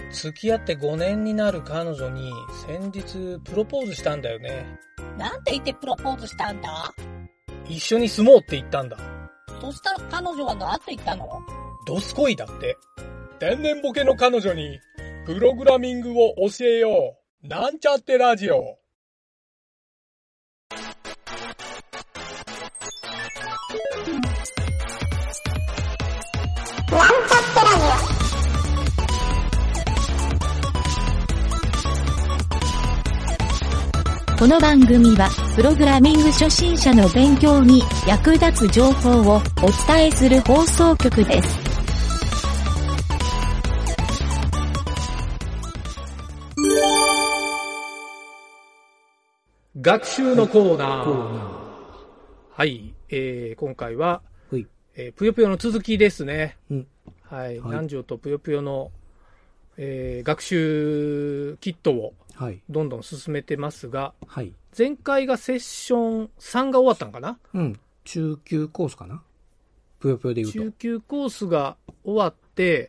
付き合って5年になる彼女に先日プロポーズしたんだよね。 なんて言ってプロポーズしたんだ？ 一緒に住もうって言ったんだ。 そしたら彼女はなんて言ったの？ ドスコイだって。天然ボケの彼女にプログラミングを教えよう。なんちゃってラジオ。 この番組は、プログラミング初心者の勉強に役立つ情報をお伝えする放送局です。 学習のコーナー。はい、今回は、ぷよぷよの続きですね。はい、南條とぷよぷよの、学習キットをどんどん進めてますが、前回がセッション3が終わったのかな？ 中級コースかな？ぷよぷよで言うと。 中級コースが終わって、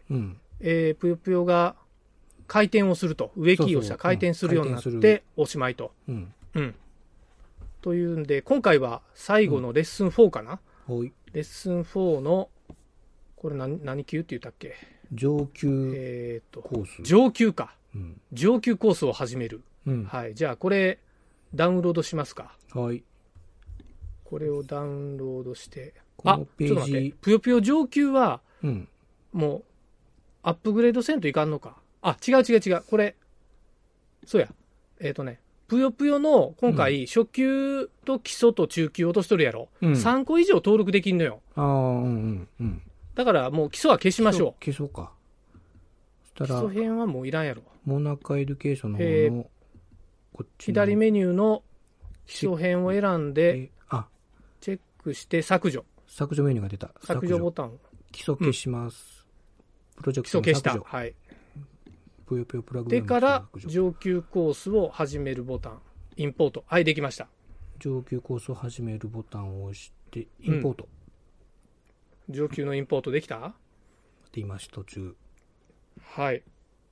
ぷよぷよが回転をすると、上キーをした回転するようになっておしまいと。というんで、今回は最後のレッスン4かな？レッスン4の、これ何級って言ったっけ？ 上級コース。 上級か。上級コースを始める。はい。じゃあこれダウンロードしますか。 はい。 これをダウンロードして。 このページ。 ちょっと待って。ぷよぷよ上級は、もうアップグレードせんといかんのか。違う。これ、そうや。ぷよぷよの今回、初級と基礎と中級落としとるやろ。3個以上登録できんのよ。だからもう基礎は消しましょう。 消そうか。 基礎編はもういらんやろ。 モナカエデュケーションの方のこっち左メニューの基礎編を選んでチェックして削除メニューが出た。 削除ボタン。 基礎消します。プロジェクトの削除。基礎消した。はい。 ぷよぷよプラグラムでから上級コースを始めるボタン。インポート。はい、できました。 上級コースを始めるボタンを押してインポート。 上級のインポートできた？ で今途中。 はい。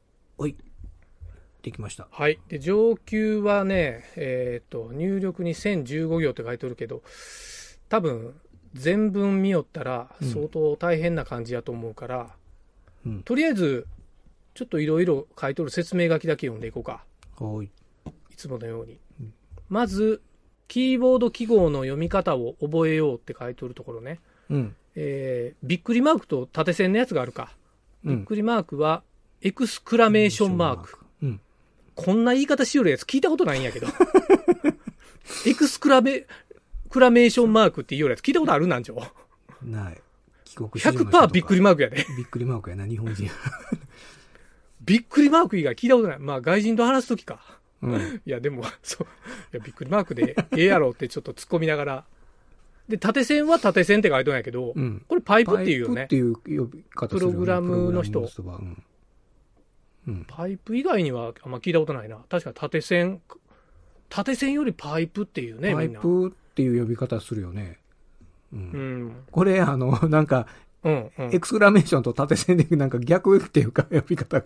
できました。 はい。で上級はね、入力に1015行って書いてるけど、多分全文見よったら相当大変な感じやと思うから、とりあえずちょっといろいろ書いとる説明書きだけ読んでいこうか。いつものように。まずキーボード記号の読み方を覚えようって書いとるところね。びっくりマークと縦線のやつがあるか。びっくりマークはエクスクラメーションマーク。こんな言い方しよるやつ聞いたことないんやけど。エクスクラメーションマークって言うやつ聞いたことある？なんちょない。 100% びっくりマークやで。 びっくりマークやな、日本人。 びっくりマーク以外聞いたことない。まあ外人と話すときか。いやでもびっくりマークでええやろってちょっと突っ込みながら。で縦線は縦線って書いてるんやけど、これパイプっていうよね。 パイプっていう呼び方するよね。 プログラムの人。パイプ以外にはあんま聞いたことないな。確か縦線よりパイプっていうね、みんな。 パイプっていう呼び方するよね。これなんか、エクスクラメーションと縦線でなんか逆っていうか呼び方が。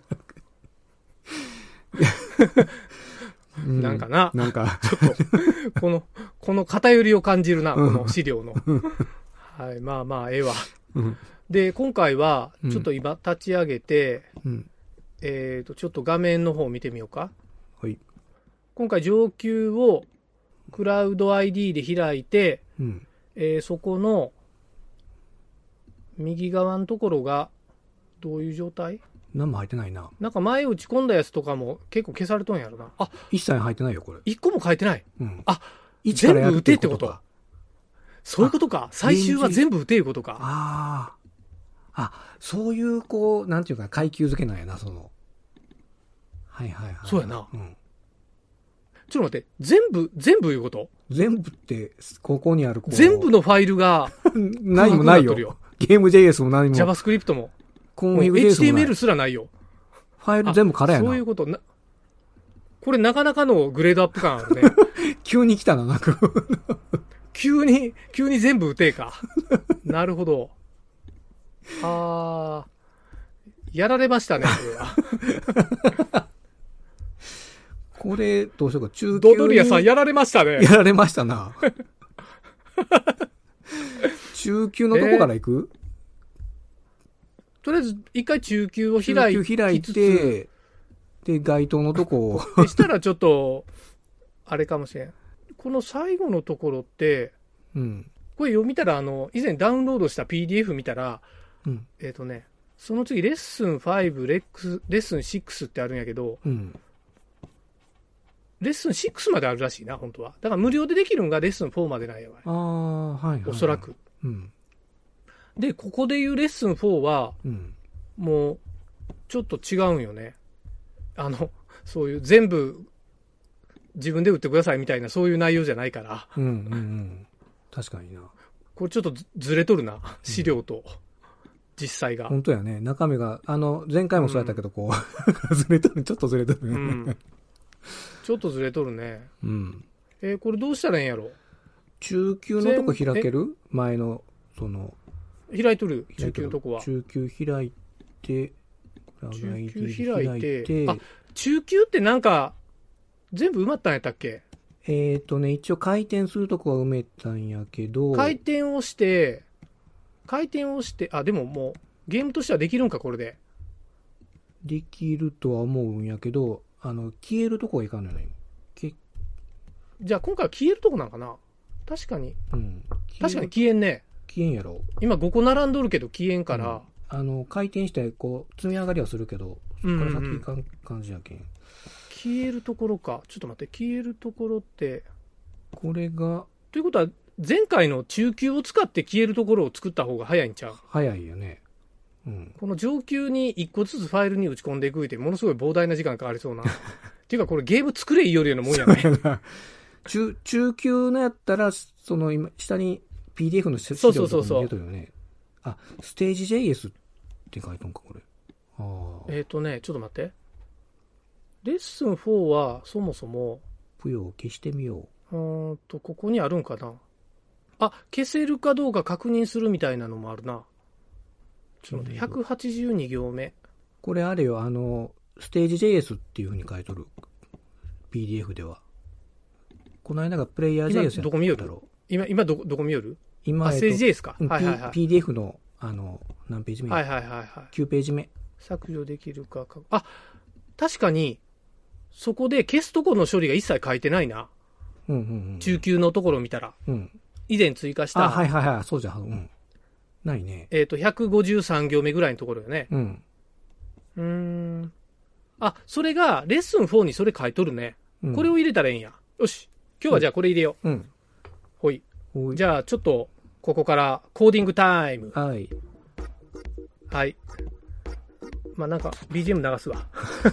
なんかな。ちょっと、この偏りを感じるな、この資料の。はい、まあ、ええわ。で、今回は、ちょっと今立ち上げて、ちょっと画面の方を見てみようか。今回上級をクラウド ID で開いて、そこの右側のところがどういう状態？ 何も入ってないな。 なんか前打ち込んだやつとかも結構消されとんやろな。 一切入ってないよ、これ。 一個も書いてない。全部打てってこと？そういうことか。最終は全部打ていうことか。 そういう、なんていうか、階級付けなんやな、はい。 そうやな。ちょっと待って、全部いうこと？ 全部って、ここにある全部のファイルが何もないよ。ゲーム JS も何も。 JavaScript も。 HTML もない。HTML すらないよ。 ファイル全部空やな。 そういうことな。これなかなかのグレードアップ感あるね。 急に来たな、なんか。 急に全部打てか。なるほど。 やられましたね、これは。 これ、どうしようか、中級。 ドドリアさんやられましたね。 やられましたな。中級のとこから行く？ とりあえず、一回中級を開いて、 で、該当のとこを。 でしたらちょっと、あれかもしれん。この最後のところって、 うん。 これ読みたら、以前ダウンロードした PDF 見たら、 うん、 その次、レッスン5、レッスン6ってあるんやけど、 うん、 レッスン6まであるらしいな、本当は。だから無料でできるんがレッスン4までなんやわ。 ああ、はい、はい。 おそらく。 うん。 で、ここでいうレッスン4は、 うん、 もう、ちょっと違うんよね。そういう全部、自分で打ってくださいみたいな、そういう内容じゃないから。 うんうんうん。確かにな。 これちょっとずれとるな、資料と、実際が。 本当やね。中身が、前回もそうやったけど、こう、ずれとる、ちょっとずれとるね。うん、 ちょっとずれとるね。 うん。 これどうしたらいいんやろ？ 中級のとこ開ける？前の、 開いとる、中級のとこは。 中級開いて、 中級開いて、あ、中級ってなんか、全部埋まったんやったっけ？ 一応回転するとこは埋めたんやけど。 回転をして、あ、でももう、ゲームとしてはできるんか、これで。 できるとは思うんやけど、消えるとこはいかんのよね。 じゃあ今回は消えるとこなんかな？確かに。 うん。 確かに消えんね。 消えんやろ。 今5個並んどるけど消えんから。 回転して、こう、積み上がりはするけど、そこから先いかん感じやけん。 消えるところか。ちょっと待って、消えるところって。 これが。 ということは、前回の中級を使って消えるところを作った方が早いんちゃう？ 早いよね。うん。 この上級に1個ずつファイルに打ち込んでいくって、ものすごい膨大な時間かかりそうな。っていうか、これゲーム作れいいよりのもんやない。 中級のやったら、今、下に PDF の資料とかも出てるよね。あ、ステージ JS って書いてんか、これ。 ちょっと待って。レッスン4は、そもそも。 ぷよを消してみよう。 ここにあるんかな。あ、消せるかどうか確認するみたいなのもあるな。ちょっと待って、182行目。 これあれよ、ステージ JS っていう風に書いとる。PDF では。この間がプレイヤー JS やったどこ見よるだろう。今どこ見よる？ 今、 ステージ JS か。はいはいはい。 PDF の、何ページ目？ はいはいはいはい。 9ページ目。 削除できるか。あ、確かに、そこで消すところの処理が一切書いてないな。 うんうんうん。 中級のところを見たら。 うん。 以前追加した。 あ、はいはいはい。そうじゃん。うん。ないね。 153行目ぐらいのところよね。 うん。 あ、それが、レッスン4にそれ書いとるね。 うん、 これを入れたらいいんや。よし。今日はじゃあこれ入れよう。 うん。 ほい。じゃあちょっと、ここからコーディングタイム。 はい。 はい。まあなんか BGM 流すわ。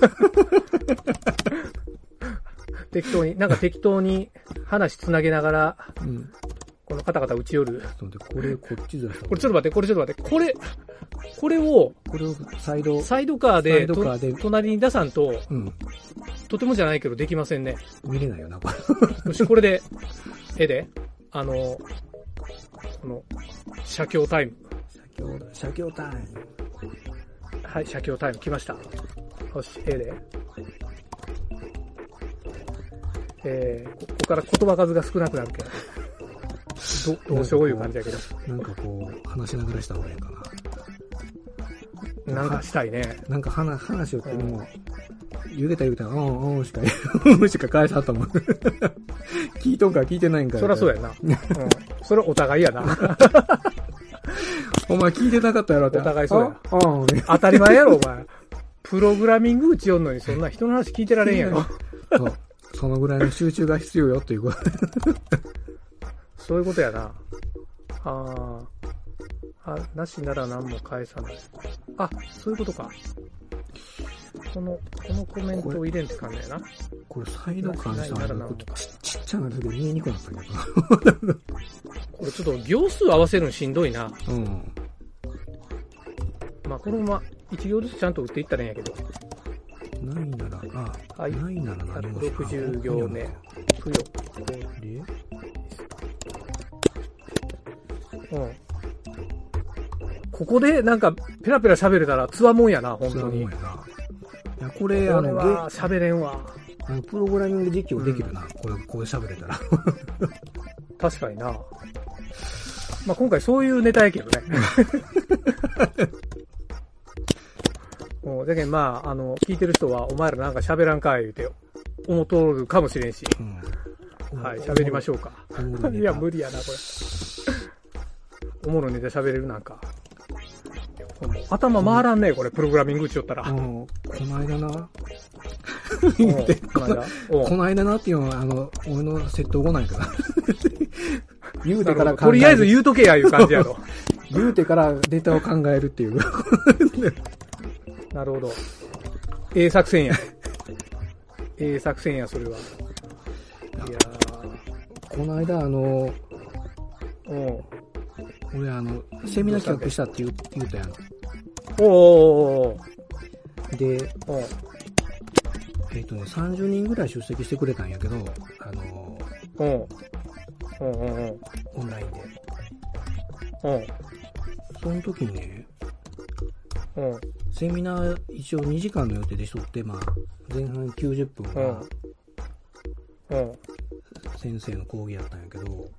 適当に話つなげながら、 うん、 このカタカタ打ち寄る。 これこっちずらした。 これちょっと待って。これをサイドカーで隣に出さんと、 うん、 とてもじゃないけどできませんね。 見れないよな、これ。 よし、これで、この、写経タイム。 写経タイム。 はい、写経タイム来ました。よし、ここから言葉数が少なくなるけど。どうしよういう感じやけど。 なんかこう、話しながらした方がいいかな。 なんかしたいね。 なんか話をっても、言うたら、しか返さんと思う。聞いとんか聞いてないんか。 そりゃそうやな。それお互いやな。 お前聞いてなかったやろって。 お互いそうや。当たり前やろ、お前。プログラミング打ちよんのにそんな人の話聞いてられんやろ。 そう。そのぐらいの集中が必要よっていうこと。 そういうことやな。なしなら何も返さない。あ、そういうことか。このコメントを入れんって感じやな。 これサイド感したらちっちゃなだけで見えにくくなったけど。 これちょっと行数合わせるのしんどいな。 うん。 まあこのまま1行ずつちゃんと打っていったらいいんやけど。 ないなら、 はい、 ないなら何もしか 60行目。不要。 ここでなんかペラペラ喋れたらつわもんやな、本当に。 つわもんやな。いや、これ、 これは喋れんわ。 プログラミング実況できるな。これ喋れたら。 確かにな。まあ今回そういうネタやけどね。だけどまあ、聞いてる人は、お前らなんか喋らんかい言うて、思っとるかもしれんし。はい、喋りましょうか。いや、無理やな、これ。おもろいネタ喋れるなんか。頭回らんね、これ、プログラミング打ちよったら。 この間な。この間なっていうのは、俺の窃盗後なんやから。言うてからとりあえず言うとけや、いう感じやろ。 言うてからネタを考えるっていう。 なるほど。作戦や。作戦や、それは。いやこの間、俺セミナー企画したって言うたやん。で、30人ぐらい出席してくれたんやけど、オンラインで。その時にね、セミナー一応2時間の予定でしとって、まあ、前半90分が、先生の講義やったんやけど、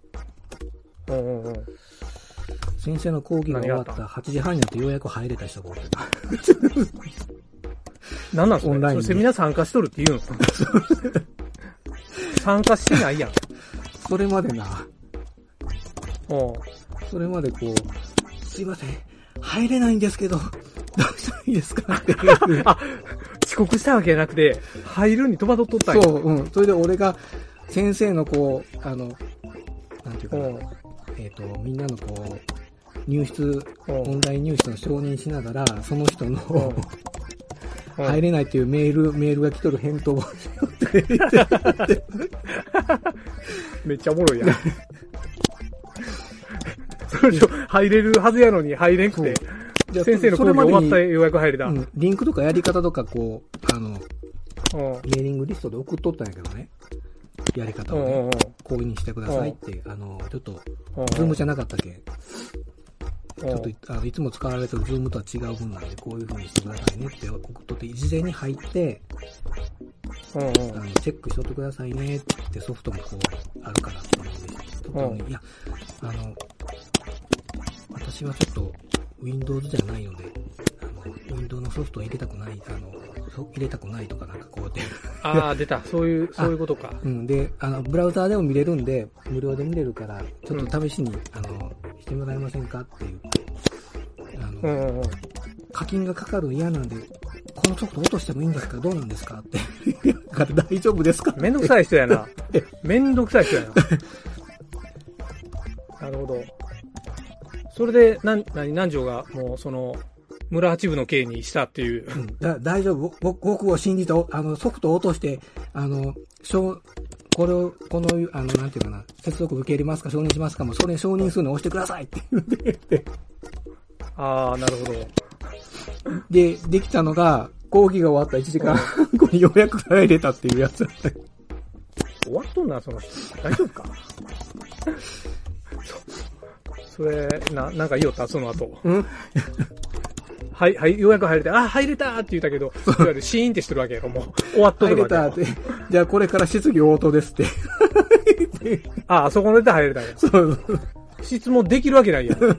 先生の講義が終わった8時半になってようやく入れた人がおってた。 なんなんすかオンラインで。それセミナー参加しとるって言うの参加してないやん。 それまでな。それまでこう、すいません、入れないんですけど、どうしたらいいですかって。 あ、遅刻したわけじゃなくて、入るに戸惑っとったんや。 そう、それで俺が、先生のこう、なんていうかな、みんなのこう、入室、オンライン入室の承認しながら、その人の、入れないっていうメールが来とる返答をしよって。 めっちゃおもろいやん。入れるはずやのに入れんくて。先生の講義終わったようやく入れた。 リンクとかやり方とかこう、メーリングリストで送っとったんやけどね。やり方をね。こういうにしてくださいって、ちょっと、ズームじゃなかったっけ。ちょっと、いつも使われてるズームとは違う分なんで、こういう風にしてくださいねって送っとって、事前に入って、チェックしとってくださいねってソフトもこう、あるからって言うんで、いや、私はちょっと、Windows じゃないので、Windows のソフトを入れたくない、入れたくないとかなんかこうで。 出た。そういうことか。 で、ブラウザーでも見れるんで、無料で見れるから、ちょっと試しに、してもらえませんかっていう。課金がかかるの嫌なんで、このソフト落としてもいいんですかどうなんですかって。大丈夫ですかめんどくさい人やな。めんどくさい人やな。なるほど。それで、南條がもう、村八部の刑にしたっていう。 大丈夫。僕を信じて、ソフトを落として、この、なんていうかな、接続受け入れますか、承認しますかも、それ承認するのを押してくださいって言うんで。 なるほど。 で、できたのが、講義が終わった1時間半後にようやく入れたっていうやつだった。 終わっとんな、その人。大丈夫かそれ、なんか言おったその後。はい、ようやく入れて、入れたって言ったけど、いわゆるシーンってしてるわけやろ、もう。終わっとるわけやろ。 入れたって。じゃあこれから質疑応答ですって。 そこので入れたんや。 そう。 質問できるわけないやん。相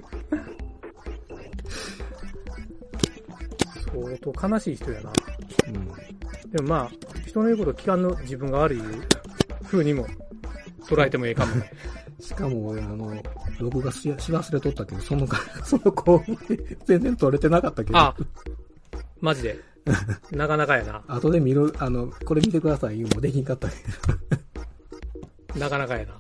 当悲しい人やな。でもまあ、人の言うこと聞かんの自分が悪い風にも捉えてもいいかもね。 しかも俺録画し忘れとったけど、その子、全然撮れてなかったけど。 マジで。なかなかやな。 後で見る、これ見てください言うもできんかったけど。なかなかやな。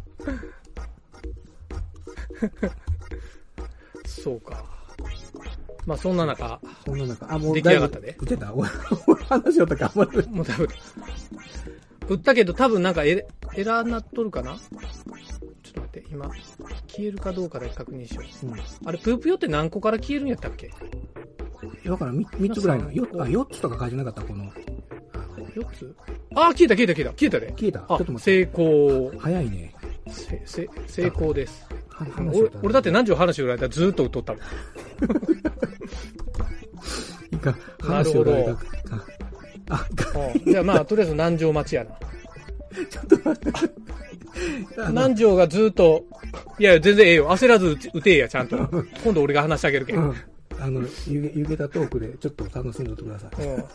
そうか。まあそんな中、もう出来上がったで。 打てた俺話しよったか、あんまり。 もう多分。打ったけど多分なんかエラーなっとるかな？ちょっと待って、今、消えるかどうかだけ確認しよう。あれ、ぷよぷよって何個から消えるんやったっけ？ だから3つぐらいの。4つとか書いてなかったこの。 4つ？消えたで。 消えたちょっと待って。 成功。 早いね。 成功です。 俺だって何時話を言われたらずーっと打っとったもん。 いいか、話を言われたか。 じゃあまあ、とりあえず南條待ちやな。 ちょっと待って。 南條がずーっと、いや、全然ええよ。焦らず打てえや、ちゃんと。今度俺が話してあげるけど。 湯気たトークでちょっと楽しんでおいてください。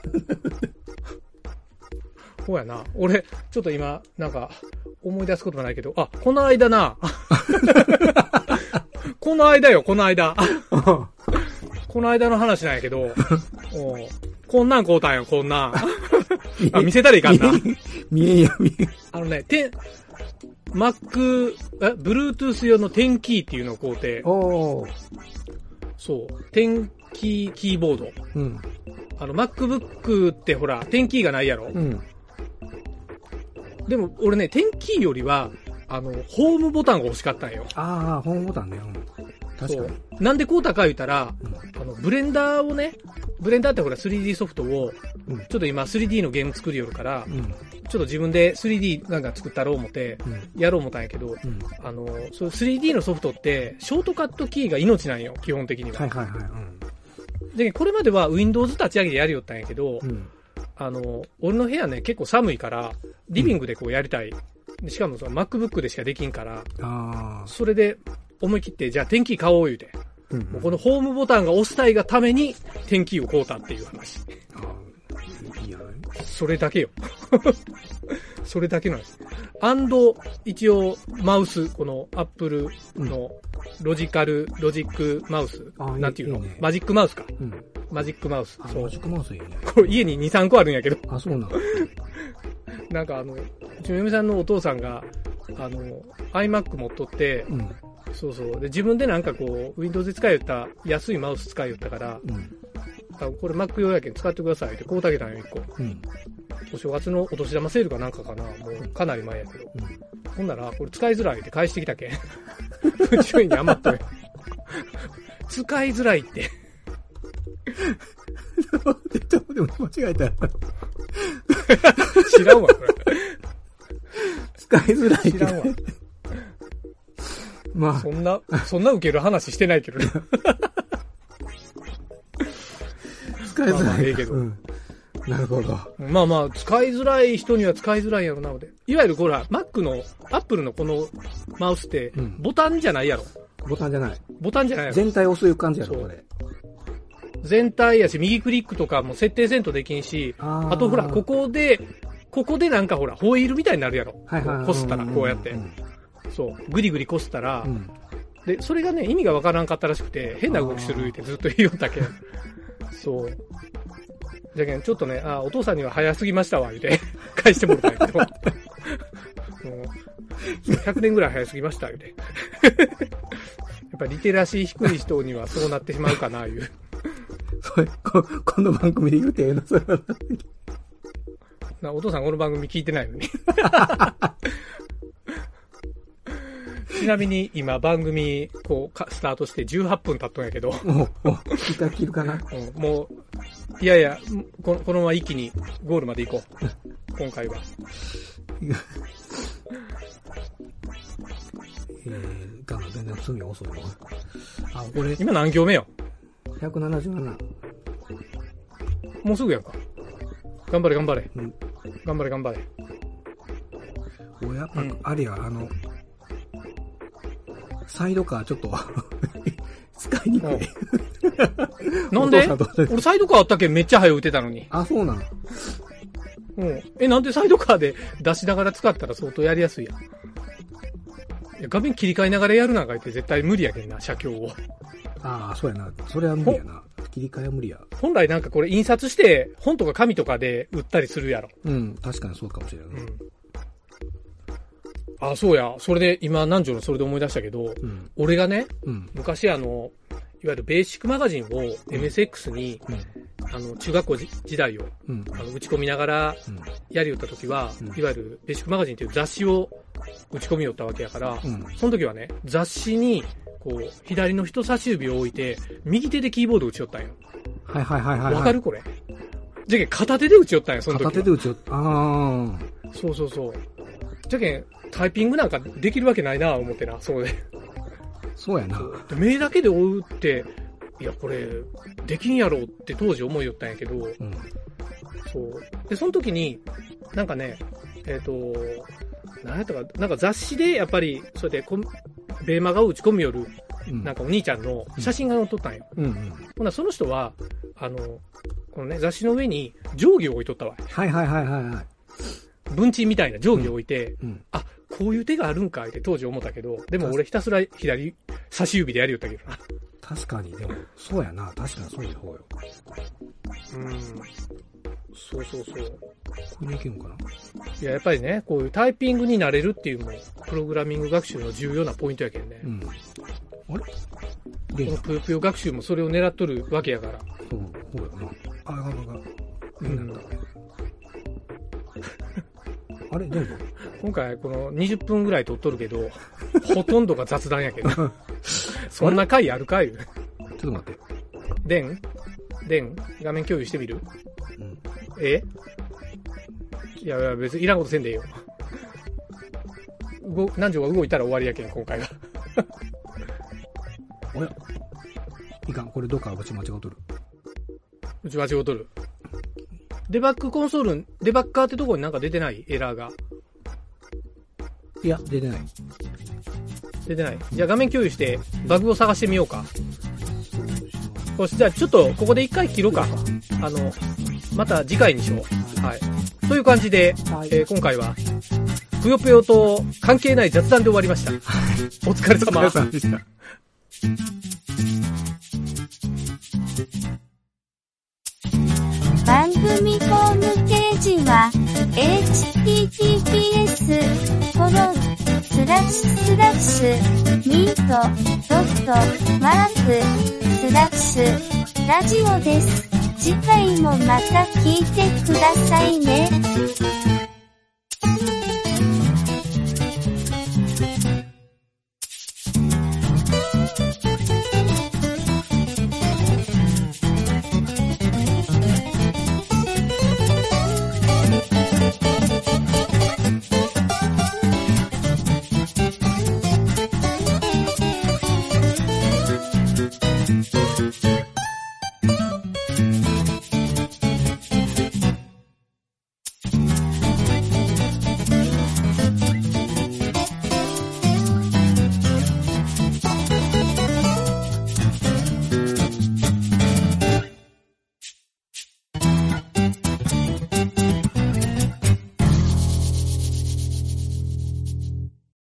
そうやな。俺、ちょっと今、なんか、思い出すこともないけど、あ、この間な。この間よ、この間。この間の話なんやけど、こんなん買うたんよ、こんなん。あ、見せたらいかんな。 見えんや、見えん。 Bluetooth 用の10キーっていうのを買うて、そう、10キーキーボード。 うん。 MacBook ってほら、10キーがないやろ。 うん。 でも、俺ね、10キーよりは、ホームボタンが欲しかったんよ。 ああ、ホームボタンね。確かに。 なんでこうたか言うたら、ブレンダーをね、ブレンダーってほら 3D ソフトを、ちょっと今 3D のゲーム作りよるから、ちょっと自分で 3D なんか作ったろう思って、やろう思ったんやけど、そう 3D のソフトって、ショートカットキーが命なんよ、基本的には。 はいはいはい。 で、これまでは Windows 立ち上げてやるよったんやけど、俺の部屋ね、結構寒いから、リビングでこうやりたい。しかもその MacBook でしかできんから、それで思い切って、じゃあ10キー買おう言うて。もうこのホームボタンが押したいがために10キーを買うたっていう話。それだけよ。それだけなんです。一応マウス、この Apple のロジックマウス。なんていうの、マジックマウスか。マジックマウス。 そう。マジックマウスいいね。 これ家に2、3個あるんやけど。 あ、そうなの。 なんかうちの嫁さんのお父さんが、iMac 持っとって、そうそう。で、自分でなんかこう、Windows で使いよった安いマウス使いよったから、これ Mac 用やけん使ってくださいってこうたげたんよ、1個。お正月のお年玉セールかなんかかな、もうかなり前やけど。ほんなら、これ使いづらいって返してきたけん。宇宙に余ったよ。使いづらいって。 ちょっとでも間違えた。 知らんわ、これ。 使いづらいって。 知らんわ。まあ。そんな受ける話してないけどね。 使いづらい。 まあええけど。 なるほど。 まあまあ、使いづらい人には使いづらいやろなので。いわゆるほら、Apple のこのマウスって、ボタンじゃないやろ。 ボタンじゃない。 ボタンじゃないやろ。 全体押すいう感じやろ、これ。 全体やし、右クリックとかも設定せんとできんし、あとほら、ここでなんかほら、ホイールみたいになるやろ。こすったら、こうやって。そう、ぐりぐりこすったら、で、それがね、意味がわからんかったらしくて、変な動きするってずっと言いよったけん。そう。じゃけん、ちょっとね、お父さんには早すぎましたわ、言うて、返してもらったんやけど。100年ぐらい早すぎました、言うて。やっぱリテラシー低い人にはそうなってしまうかな、いう。 それ、この番組で言うてええの、それは。 お父さんこの番組聞いてないのに。ちなみに今番組スタートして18分経っとんやけど。 一回切るかな、 もう、いやいや、このまま一気にゴールまで行こう。今回は。 全然すぐ遅いわ。これ。 今何行目よ ?177。 もうすぐやんか。頑張れ。頑張れ。 俺やっぱ、あれや、サイドカーちょっと、使いにくい。 なんで俺サイドカーあったっけめっちゃ早打てたのに。 あ、そうなの？ なんでサイドカーで出しながら使ったら相当やりやすいやん。いや画面切り替えながらやるなんか言って絶対無理やけんな、写経を。 ああ、そうやな。それは無理やな。切り替えは無理や。 本来なんかこれ印刷して本とか紙とかで売ったりするやろ。 確かにそうかもしれない。 あ、そうや。それで今南條のそれで思い出したけど、俺がね、昔いわゆるベーシックマガジンを MSX に、中学校時代を、打ち込みながらやりよった時は、いわゆるベーシックマガジンっていう雑誌を打ち込みよったわけやから、その時はね、雑誌に、左の人差し指を置いて、右手でキーボード打ちよったんよ。 はい。 わかるこれ。じゃけん片手で打ちよったんよ、その時は。 片手で打ちよった。 そう。じゃけん、タイピングなんかできるわけないなぁ思ってな、そうで。 そうやな。 目だけで追うって、いや、これ、できんやろって当時思いよったんやけど、うん、そう。で、その時に、なんかね、何やったか、なんか雑誌でやっぱり、それでベーマガを打ち込みよる、なんかお兄ちゃんの写真が載っとったんよ。うんうん、ほな、その人は、このね、雑誌の上に定規を置いとったわ。 はいはいはいはいはい。 文鎮みたいな定規を置いて、うん、あ、こういう手があるんかって当時思ったけど、でも俺ひたすら左差し指でやりよったけどな。 確かに、でも、そうやな。確かにそういう方よ。 そうそうそう。 これでいけるのかな？ いや、やっぱりね、こういうタイピングになれるっていうのも、プログラミング学習の重要なポイントやけんね。うん。 あれ？ このぷよぷよ学習もそれを狙っとるわけやから。 そうよな。あれでも今回この20分ぐらい撮っとるけど、ほとんどが雑談やけど。そんな回あるかい？ ちょっと待って。 画面共有してみる？うん。いや、別にいらんことせんでいいよ。何条が動いたら終わりやけん、今回は。 おや。いかん、これどっかうち間違うとる。 うち間違うとる。デバッグコンソール、デバッカーってとこになんか出てない？エラーが。 いや、出てない。 出てない。じゃあ画面共有してバグを探してみようか。よし、じゃあちょっとここで一回切ろうか。また次回にしよう。はい。という感じで、今回は、ぷよぷよと関係ない雑談で終わりました。お疲れ様。お疲れ様でした。 番組ホームページは https://meet.mark/ラジオです。次回もまた聞いてくださいね。